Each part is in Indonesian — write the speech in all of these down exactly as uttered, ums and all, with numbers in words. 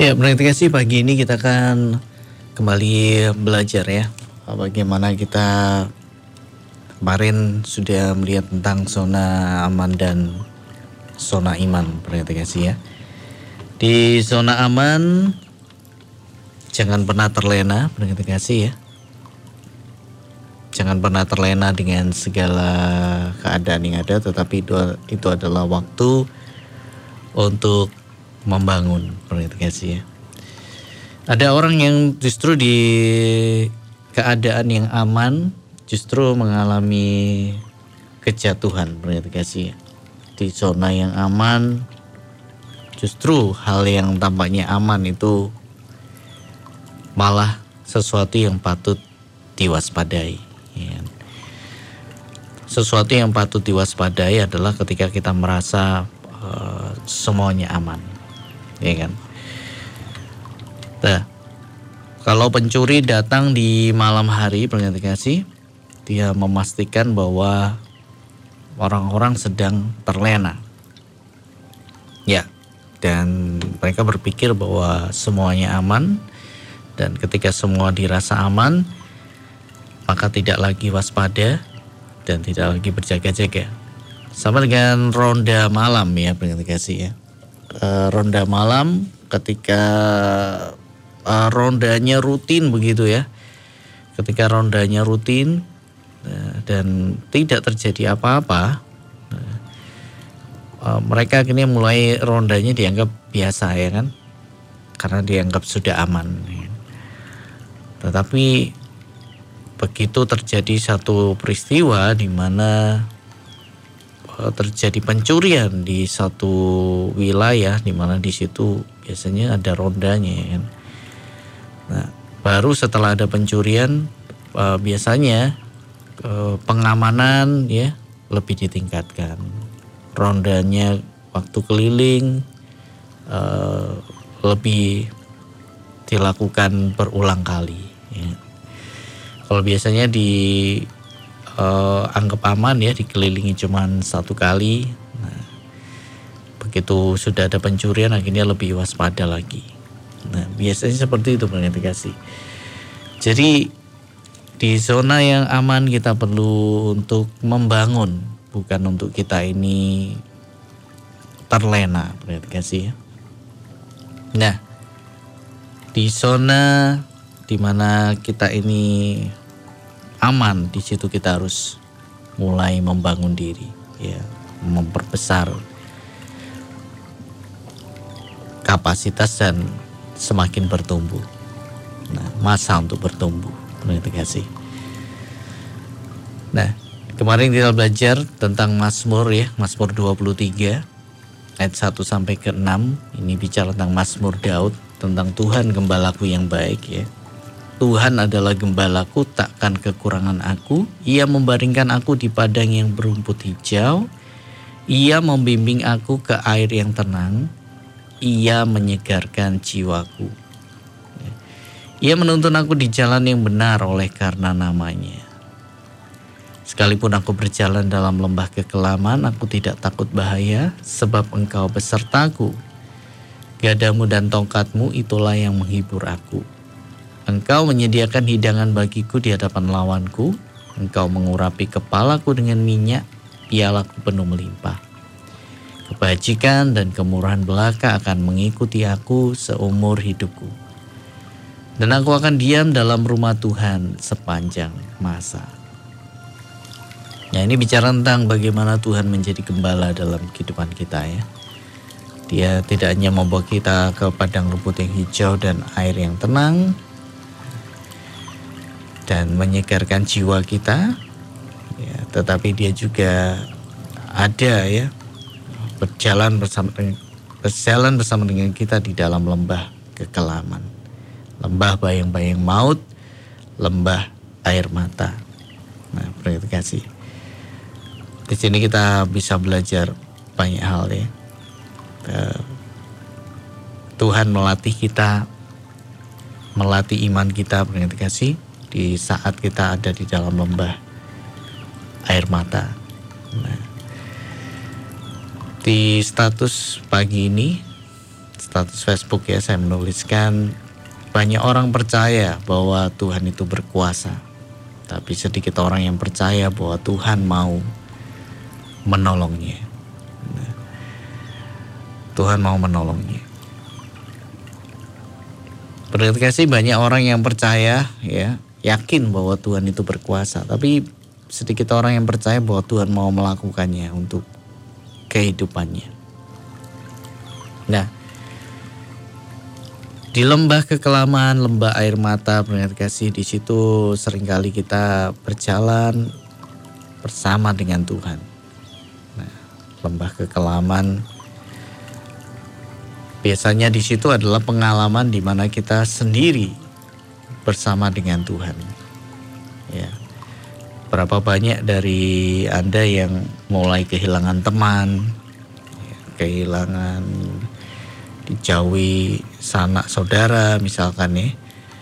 Ya, berarti sih pagi ini kita akan kembali belajar ya. Bagaimana kita kemarin sudah melihat tentang zona aman dan zona iman, berarti sih ya. Di zona aman jangan pernah terlena, berarti sih ya. Jangan pernah terlena dengan segala keadaan yang ada, tetapi itu, itu adalah waktu untuk membangun, berarti sih ya. Ada orang yang justru di keadaan yang aman justru mengalami kejatuhan, berarti sih ya. Di zona yang aman justru hal yang tampaknya aman itu malah sesuatu yang patut diwaspadai. Ya. Sesuatu yang patut diwaspadai adalah ketika kita merasa uh, semuanya aman, ya kan? Nah, kalau pencuri datang di malam hari, berarti kasih dia memastikan bahwa orang-orang sedang terlena. Ya, dan mereka berpikir bahwa semuanya aman, dan ketika semua dirasa aman, maka tidak lagi waspada dan tidak lagi berjaga-jaga. Sama dengan ronda malam ya, berarti kasih ya. E, ronda malam ketika e, rondanya rutin begitu ya. Ketika rondanya rutin e, dan tidak terjadi apa-apa, e, e, mereka akhirnya mulai rondanya dianggap biasa ya kan, karena dianggap sudah aman. Ya. Tetapi begitu terjadi satu peristiwa di mana terjadi pencurian di satu wilayah, di mana di situ biasanya ada rondanya ya kan. Nah, baru setelah ada pencurian biasanya pengamanan ya lebih ditingkatkan. Rondanya waktu keliling lebih dilakukan berulang kali ya. Kalau biasanya dianggap uh, aman ya, dikelilingi cuma satu kali. Nah, begitu sudah ada pencurian akhirnya lebih waspada lagi. Nah, biasanya seperti itu berarti kasih. Jadi di zona yang aman kita perlu untuk membangun, bukan untuk kita ini terlena, berarti kasih ya. Nah, di zona di mana kita ini aman, di situ kita harus mulai membangun diri, ya, memperbesar kapasitas dan semakin bertumbuh. Nah, masa untuk bertumbuh, berarti kasih. Nah, kemarin kita belajar tentang Mazmur ya, Mazmur dua puluh tiga ayat satu sampai ke enam. Ini bicara tentang Mazmur Daud, tentang Tuhan gembalaku yang baik ya. Tuhan adalah gembalaku, takkan kekurangan aku. Ia membaringkan aku di padang yang berumput hijau. Ia membimbing aku ke air yang tenang. Ia menyegarkan jiwaku. Ia menuntun aku di jalan yang benar oleh karena namanya. Sekalipun aku berjalan dalam lembah kekelaman, aku tidak takut bahaya, sebab Engkau besertaku. Gadamu dan tongkatmu itulah yang menghibur aku. Engkau menyediakan hidangan bagiku di hadapan lawanku. Engkau mengurapi kepalaku dengan minyak, pialaku penuh melimpah. Kebajikan dan kemurahan belaka akan mengikuti aku seumur hidupku. Dan aku akan diam dalam rumah Tuhan sepanjang masa. Nah, ini bicara tentang bagaimana Tuhan menjadi gembala dalam kehidupan kita ya. Dia tidak hanya membawa kita ke padang rumput yang hijau dan air yang tenang, dan menyegarkan jiwa kita ya, tetapi dia juga ada ya, berjalan bersama berjalan bersama dengan kita di dalam lembah kekelaman, lembah bayang-bayang maut, lembah air mata. Nah, berarti kasih. Di sini kita bisa belajar banyak hal ya. Tuhan melatih kita, melatih iman kita, berarti kasih. Di saat kita ada di dalam lembah air mata. Nah, di status pagi ini status Facebook ya, saya menuliskan banyak orang percaya bahwa Tuhan itu berkuasa, tapi sedikit orang yang percaya bahwa Tuhan mau menolongnya. Nah, Tuhan mau menolongnya. Berarti banyak orang yang percaya ya, yakin bahwa Tuhan itu berkuasa, tapi sedikit orang yang percaya bahwa Tuhan mau melakukannya untuk kehidupannya. Nah, di lembah kekelaman, lembah air mata, pendengar kasih, di situ seringkali kita berjalan bersama dengan Tuhan. Nah, lembah kekelaman biasanya di situ adalah pengalaman di mana kita sendiri bersama dengan Tuhan. Ya, berapa banyak dari Anda yang mulai kehilangan teman, ya, kehilangan dijauhi sanak saudara misalkan ya,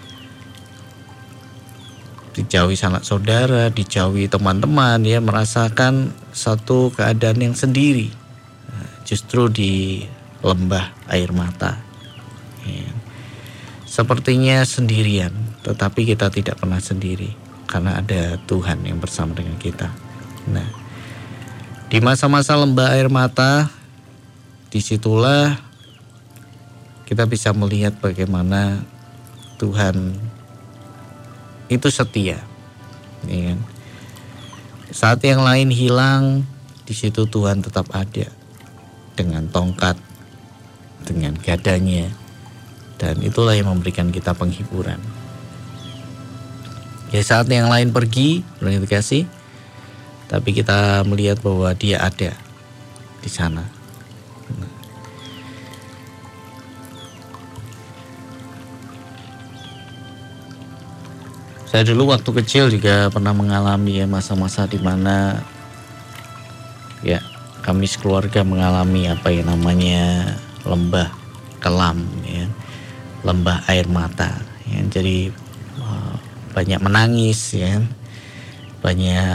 dijauhi sanak saudara, dijauhi teman-teman ya, merasakan satu keadaan yang sendiri, nah, justru di lembah air mata ya. Sepertinya sendirian, tetapi kita tidak pernah sendiri karena ada Tuhan yang bersama dengan kita. Nah, di masa-masa lembah air mata, disitulah kita bisa melihat bagaimana Tuhan itu setia, ya kan? Saat yang lain hilang, di situ Tuhan tetap ada dengan tongkat, dengan gadanya, dan itulah yang memberikan kita penghiburan. Ya, saat yang lain pergi, kasih, tapi kita melihat bahwa Dia ada di sana. Saya dulu waktu kecil juga pernah mengalami ya masa-masa di mana ya kami sekeluarga mengalami apa yang namanya lembah kelam ya, lembah air mata ya. Jadi uh, banyak menangis ya, banyak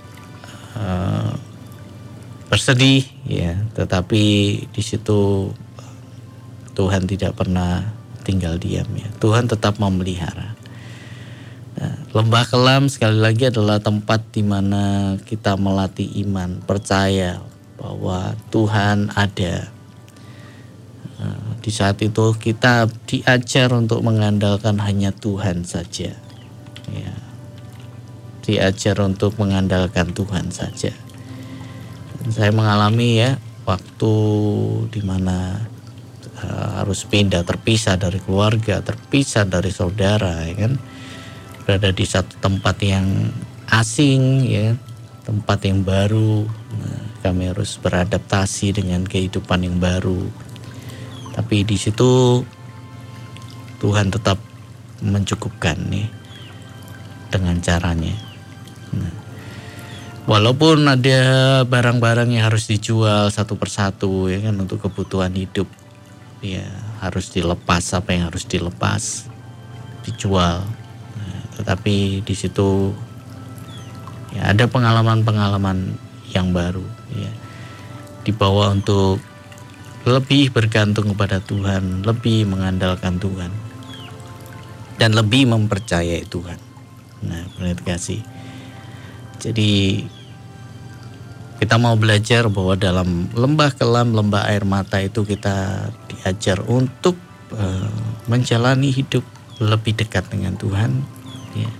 uh, bersedih ya, tetapi di situ Tuhan tidak pernah tinggal diam ya. Tuhan tetap memelihara. Nah, lembah kelam sekali lagi adalah tempat di mana kita melatih iman, percaya bahwa Tuhan ada. Nah, di saat itu kita diajar untuk mengandalkan hanya Tuhan saja. Ya, diajar untuk mengandalkan Tuhan saja. Dan saya mengalami ya waktu di mana uh, harus pindah, terpisah dari keluarga, terpisah dari saudara, ya kan? Berada di satu tempat yang asing ya, tempat yang baru. Nah, kami harus beradaptasi dengan kehidupan yang baru. Tapi di situ Tuhan tetap mencukupkan nih dengan caranya. Nah, walaupun ada barang-barang yang harus dijual satu persatu ya kan, untuk kebutuhan hidup ya, harus dilepas apa yang harus dilepas, dijual. Tetapi di situ ya ada pengalaman-pengalaman yang baru ya, dibawa untuk lebih bergantung kepada Tuhan, lebih mengandalkan Tuhan, dan lebih mempercayai Tuhan. Nah, benar kasih. Jadi kita mau belajar bahwa dalam lembah kelam, lembah air mata itu kita diajar untuk uh, menjalani hidup lebih dekat dengan Tuhan. Ya.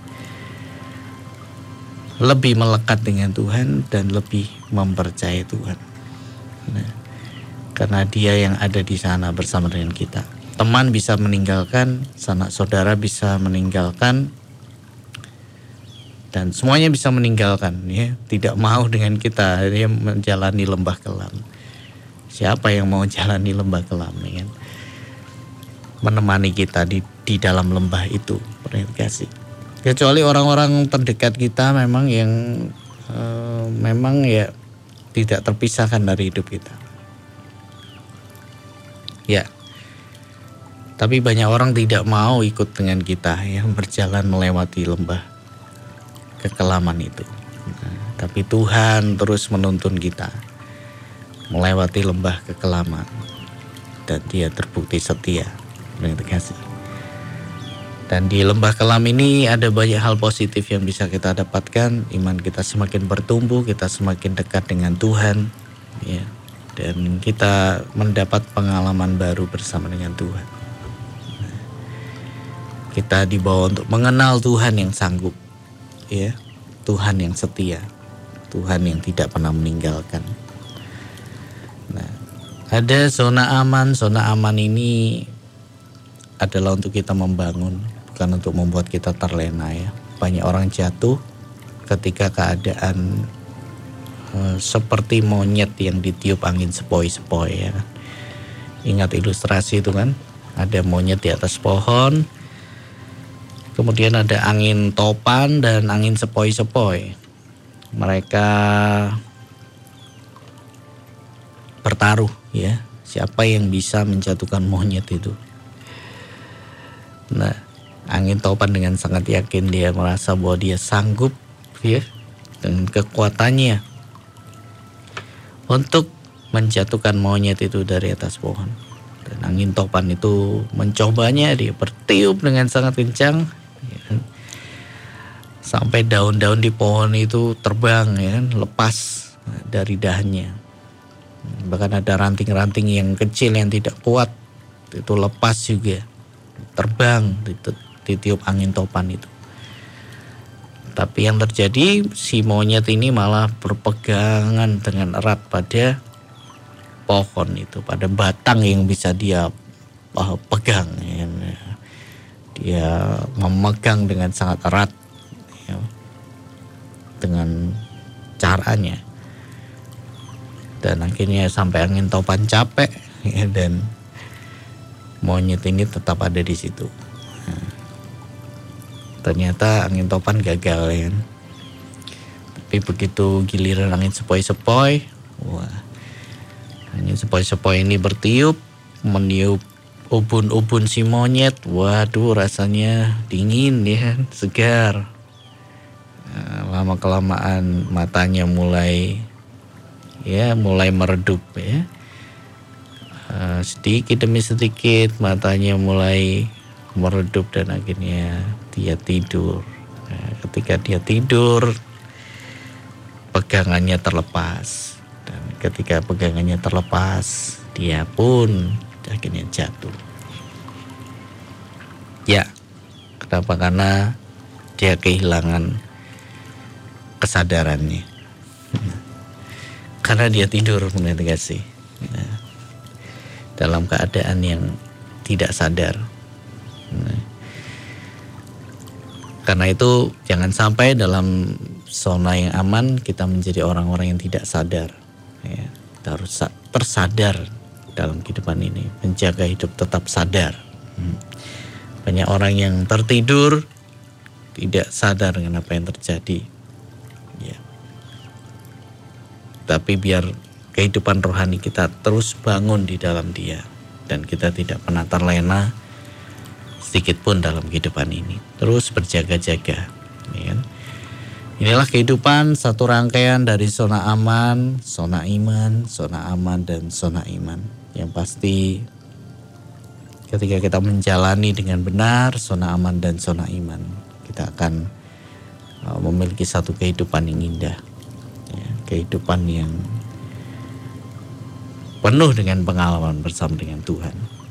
Lebih melekat dengan Tuhan dan lebih mempercayai Tuhan. Nah, karena Dia yang ada di sana bersama dengan kita. Teman bisa meninggalkan, sanak saudara bisa meninggalkan, dan semuanya bisa meninggalkan ya, tidak mau dengan kita ya, menjalani lembah kelam. Siapa yang mau jalani lembah kelam ya kan? Menemani kita di di dalam lembah itu, pernah kasih. Kecuali orang-orang terdekat kita memang yang uh, memang ya tidak terpisahkan dari hidup kita. Ya. Tapi banyak orang tidak mau ikut dengan kita ya, berjalan melewati lembah kekelaman itu. Nah, tapi Tuhan terus menuntun kita melewati lembah kekelaman. dan dia terbukti setia. Terima kasih. Dan di lembah kelam ini ada banyak hal positif yang bisa kita dapatkan. Iman kita semakin bertumbuh, kita semakin dekat dengan Tuhan, ya. Dan kita mendapat pengalaman baru bersama dengan Tuhan. Kita dibawa untuk mengenal Tuhan yang sanggup, ya, Tuhan yang setia, Tuhan yang tidak pernah meninggalkan. Nah, ada zona aman. Zona aman ini adalah untuk kita membangun, bukan untuk membuat kita terlena, ya. Banyak orang jatuh ketika keadaan uh, seperti monyet yang ditiup angin sepoi-sepoi, ya kan. Ingat ilustrasi itu kan, ada monyet di atas pohon, kemudian ada angin topan dan angin sepoi-sepoi. Mereka bertaruh, ya, siapa yang bisa menjatuhkan monyet itu. Nah, angin topan dengan sangat yakin dia merasa bahwa dia sanggup, ya, dengan kekuatannya untuk menjatuhkan monyet itu dari atas pohon. Dan angin topan itu mencobanya, dia bertiup dengan sangat kencang, ya, sampai daun-daun di pohon itu terbang, ya, lepas dari dahannya. Bahkan ada ranting-ranting yang kecil yang tidak kuat itu lepas juga, terbang ditiup angin topan itu. Tapi yang terjadi, si monyet ini malah berpegangan dengan erat pada pohon itu, pada batang yang bisa dia uh, pegang, ya. Dia memegang dengan sangat erat, ya, dengan caranya. Dan akhirnya sampai angin topan capek, ya, dan monyet ini tetap ada di situ. Nah, ternyata angin topan gagal, ya. Tapi begitu giliran angin sepoi-sepoi, wah, angin sepoi-sepoi ini bertiup, meniup ubun-ubun si monyet. Waduh, rasanya dingin, ya, segar. Nah, lama kelamaan matanya mulai, ya, mulai meredup, ya. Uh, sedikit demi sedikit matanya mulai meredup dan akhirnya dia tidur. Nah, ketika dia tidur, pegangannya terlepas, dan ketika pegangannya terlepas, dia pun akhirnya jatuh. Ya, kenapa? Karena dia kehilangan kesadarannya. Karena dia tidur, mengerti gak sih? Nah, dalam keadaan yang tidak sadar. Nah, karena itu jangan sampai dalam zona yang aman kita menjadi orang-orang yang tidak sadar, ya. Kita harus tersadar dalam kehidupan ini, menjaga hidup tetap sadar. Hmm. Banyak orang yang tertidur, tidak sadar dengan apa yang terjadi, ya. Tapi biar kehidupan rohani kita terus bangun di dalam Dia, dan kita tidak pernah terlena sedikit pun dalam kehidupan ini. Terus berjaga-jaga, ya kan? Inilah kehidupan, satu rangkaian dari zona aman, zona iman, zona aman, dan zona iman. Yang pasti ketika kita menjalani dengan benar zona aman dan zona iman, kita akan uh, memiliki satu kehidupan yang indah, ya, kehidupan yang penuh dengan pengalaman bersama dengan Tuhan.